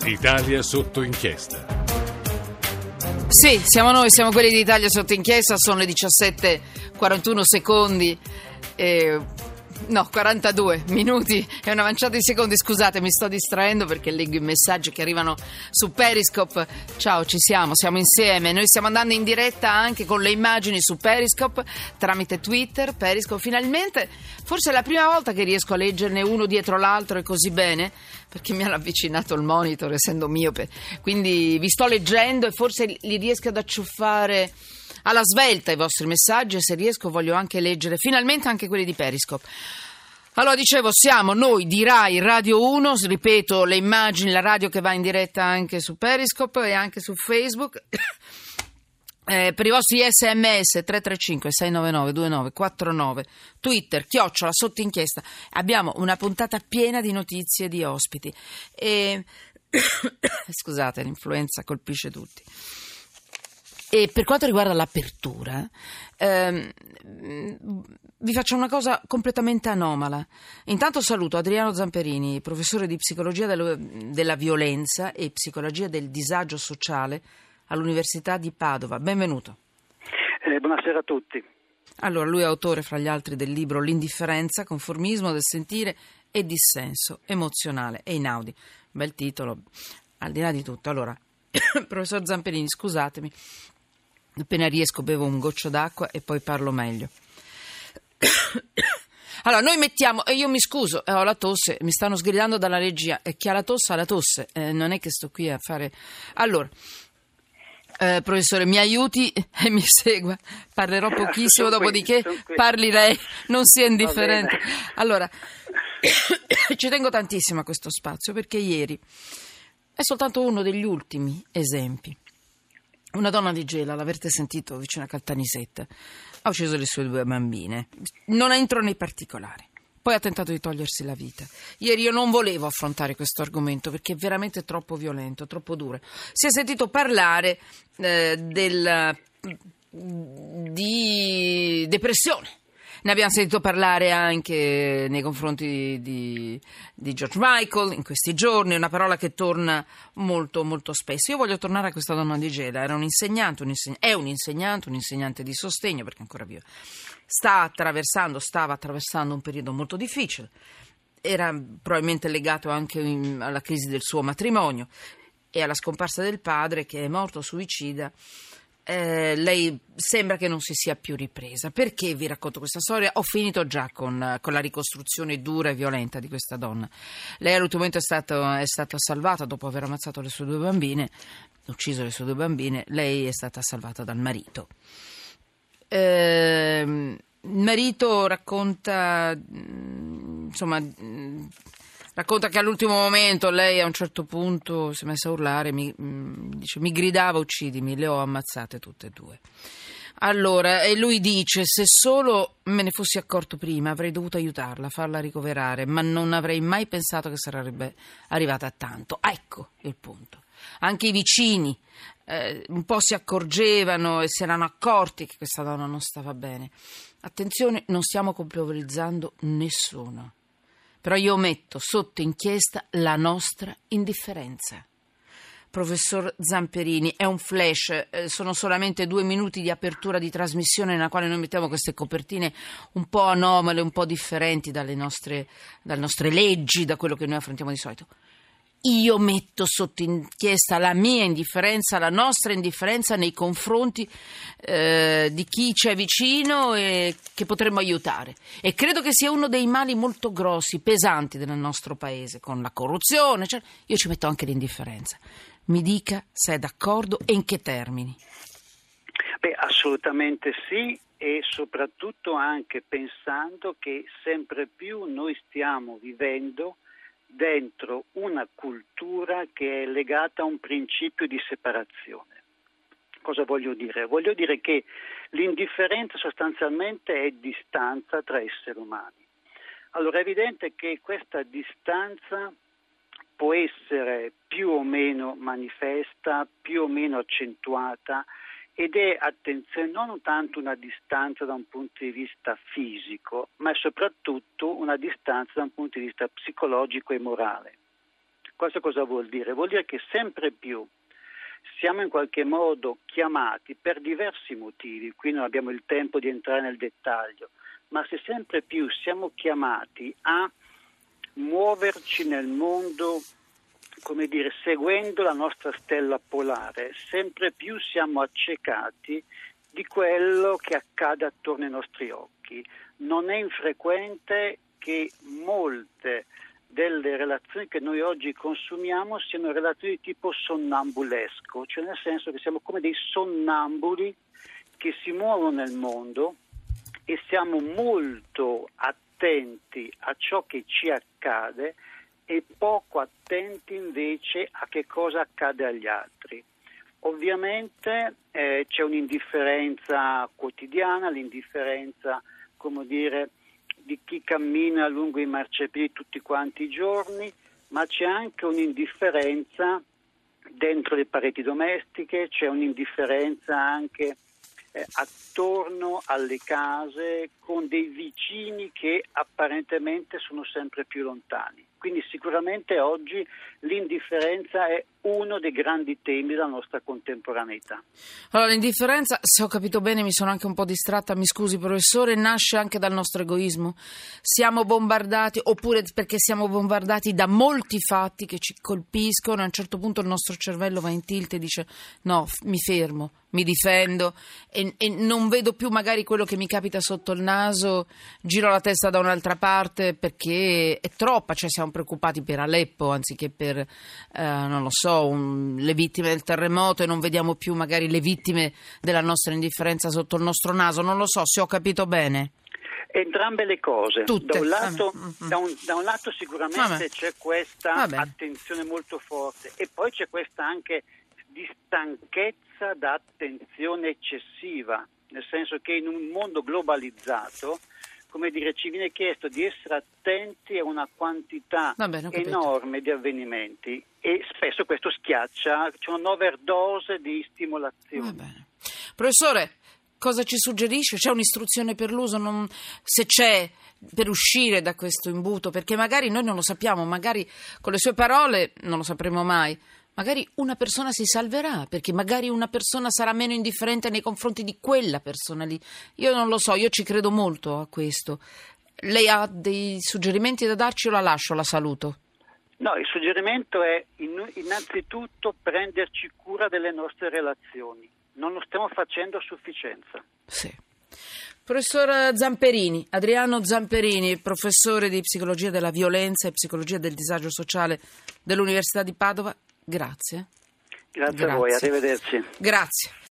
Italia sotto inchiesta. Sì, siamo noi, siamo quelli di Italia sotto inchiesta, sono le 17:41 secondi. 42 minuti e una manciata di secondi. Scusate, mi sto distraendo perché leggo i messaggi che arrivano su Periscope. Ciao, siamo insieme. Noi stiamo andando in diretta anche con le immagini su Periscope tramite Twitter. Periscope, finalmente, forse è la prima volta che riesco a leggerne uno dietro l'altro e così bene, perché mi hanno avvicinato il monitor essendo miope. Quindi vi sto leggendo e forse li riesco ad acciuffare alla svelta i vostri messaggi, e se riesco voglio anche leggere finalmente anche quelli di Periscope. Allora, dicevo, siamo noi di Rai Radio 1, ripeto, le immagini, la radio che va in diretta anche su Periscope e anche su Facebook. Per i vostri sms 335 699 2949, Twitter @ @sottoinchiesta. Abbiamo una puntata piena di notizie, di ospiti e scusate, l'influenza colpisce tutti. E per quanto riguarda l'apertura, vi faccio una cosa completamente anomala. Intanto saluto Adriano Zamperini, professore di psicologia della violenza e psicologia del disagio sociale all'Università di Padova. Benvenuto. Buonasera a tutti. Allora, lui è autore, fra gli altri, del libro L'indifferenza, conformismo del sentire e dissenso emozionale e Einaudi. Bel titolo, al di là di tutto. Allora, professor Zamperini, scusatemi, appena riesco bevo un goccio d'acqua e poi parlo meglio. Allora, noi mettiamo, io mi scuso, ho la tosse, mi stanno sgridando dalla regia, e chi ha la tosse ha la tosse, non è che sto qui a fare. Allora, professore, mi aiuti e mi segua, parlerò pochissimo, dopodiché parli lei, non sia indifferente. Allora, ci tengo tantissimo a questo spazio perché ieri è soltanto uno degli ultimi esempi. Una donna di Gela, l'avrete sentito, vicino a Caltanissetta, ha ucciso le sue 2 bambine. Non entro nei particolari. Poi ha tentato di togliersi la vita. Ieri io non volevo affrontare questo argomento perché è veramente troppo violento, troppo duro. Si è sentito parlare di depressione. Ne abbiamo sentito parlare anche nei confronti di George Michael in questi giorni, una parola che torna molto molto spesso. Io voglio tornare a questa donna di Gela, era un insegnante, un insegnante di sostegno perché è ancora viva. Stava attraversando un periodo molto difficile, era probabilmente legato anche alla crisi del suo matrimonio e alla scomparsa del padre che è morto suicida. Lei sembra che non si sia più ripresa. Perché vi racconto questa storia? Ho finito già con la ricostruzione dura e violenta di questa donna. Lei all'ultimo momento è stata salvata dopo aver ammazzato le sue 2 bambine, ucciso le sue 2 bambine. Lei è stata salvata dal marito. Il marito racconta che all'ultimo momento lei a un certo punto si è messa a urlare, dice: mi gridava uccidimi, le ho ammazzate tutte e 2. Allora, e lui dice: se solo me ne fossi accorto prima avrei dovuto aiutarla, farla ricoverare, ma non avrei mai pensato che sarebbe arrivata a tanto. Ecco il punto. Anche i vicini un po' si accorgevano e si erano accorti che questa donna non stava bene. Attenzione, non stiamo colpevolizzando nessuno. Però io metto sotto inchiesta la nostra indifferenza. Professor Zamperini, è un flash, sono solamente 2 minuti di apertura di trasmissione nella quale noi mettiamo queste copertine un po' anomale, un po' differenti dalle nostre leggi, da quello che noi affrontiamo di solito. Io metto sotto inchiesta la mia indifferenza, la nostra indifferenza nei confronti di chi c'è vicino e che potremmo aiutare. E credo che sia uno dei mali molto grossi, pesanti del nostro paese, con la corruzione. Cioè, io ci metto anche l'indifferenza. Mi dica se è d'accordo e in che termini. Assolutamente sì, e soprattutto anche pensando che sempre più noi stiamo vivendo dentro una cultura che è legata a un principio di separazione. Cosa voglio dire? Voglio dire che l'indifferenza sostanzialmente è distanza tra esseri umani. Allora è evidente che questa distanza può essere più o meno manifesta, più o meno accentuata, ed è, attenzione, non tanto una distanza da un punto di vista fisico, ma è soprattutto una distanza da un punto di vista psicologico e morale. Questo cosa vuol dire? Vuol dire che sempre più siamo in qualche modo chiamati per diversi motivi, qui non abbiamo il tempo di entrare nel dettaglio, ma se sempre più siamo chiamati a muoverci nel mondo, come dire, seguendo la nostra stella polare, sempre più siamo accecati di quello che accade attorno ai nostri occhi. Non è infrequente che molte delle relazioni che noi oggi consumiamo siano relazioni di tipo sonnambulesco, cioè nel senso che siamo come dei sonnambuli che si muovono nel mondo e siamo molto attenti a ciò che ci accade e poco attenti invece a che cosa accade agli altri. Ovviamente c'è un'indifferenza quotidiana, l'indifferenza, come dire, di chi cammina lungo i marciapiedi tutti quanti i giorni, ma c'è anche un'indifferenza dentro le pareti domestiche, c'è un'indifferenza anche attorno alle case con dei vicini che apparentemente sono sempre più lontani. Quindi sicuramente oggi l'indifferenza è uno dei grandi temi della nostra contemporaneità. Allora, l'indifferenza, se ho capito bene, mi sono anche un po' distratta, mi scusi professore, nasce anche dal nostro egoismo. Siamo bombardati, oppure perché siamo bombardati da molti fatti che ci colpiscono, a un certo punto il nostro cervello va in tilt e dice no, mi fermo, mi difendo e non vedo più magari quello che mi capita sotto il naso, giro la testa da un'altra parte perché è troppa, cioè siamo preoccupati per Aleppo anziché per, non lo so, le vittime del terremoto e non vediamo più magari le vittime della nostra indifferenza sotto il nostro naso, non lo so se ho capito bene. Entrambe le cose. Tutte. Da un lato sicuramente c'è questa attenzione molto forte e poi c'è questa anche di stanchezza da attenzione eccessiva, nel senso che in un mondo globalizzato, come dire, ci viene chiesto di essere attenti a una quantità enorme di avvenimenti e spesso questo schiaccia, c'è un'overdose di stimolazione. Va bene. Professore, cosa ci suggerisce? C'è un'istruzione per l'uso? Se c'è, per uscire da questo imbuto? Perché magari noi non lo sappiamo, magari con le sue parole non lo sapremo mai. Magari una persona si salverà, perché magari una persona sarà meno indifferente nei confronti di quella persona lì. Io non lo so, io ci credo molto a questo. Lei ha dei suggerimenti da darci o la lascio, la saluto? No, il suggerimento è innanzitutto prenderci cura delle nostre relazioni. Non lo stiamo facendo a sufficienza. Sì. Professor Zamperini, Adriano Zamperini, professore di psicologia della violenza e psicologia del disagio sociale dell'Università di Padova. Grazie. Grazie a voi, arrivederci. Grazie.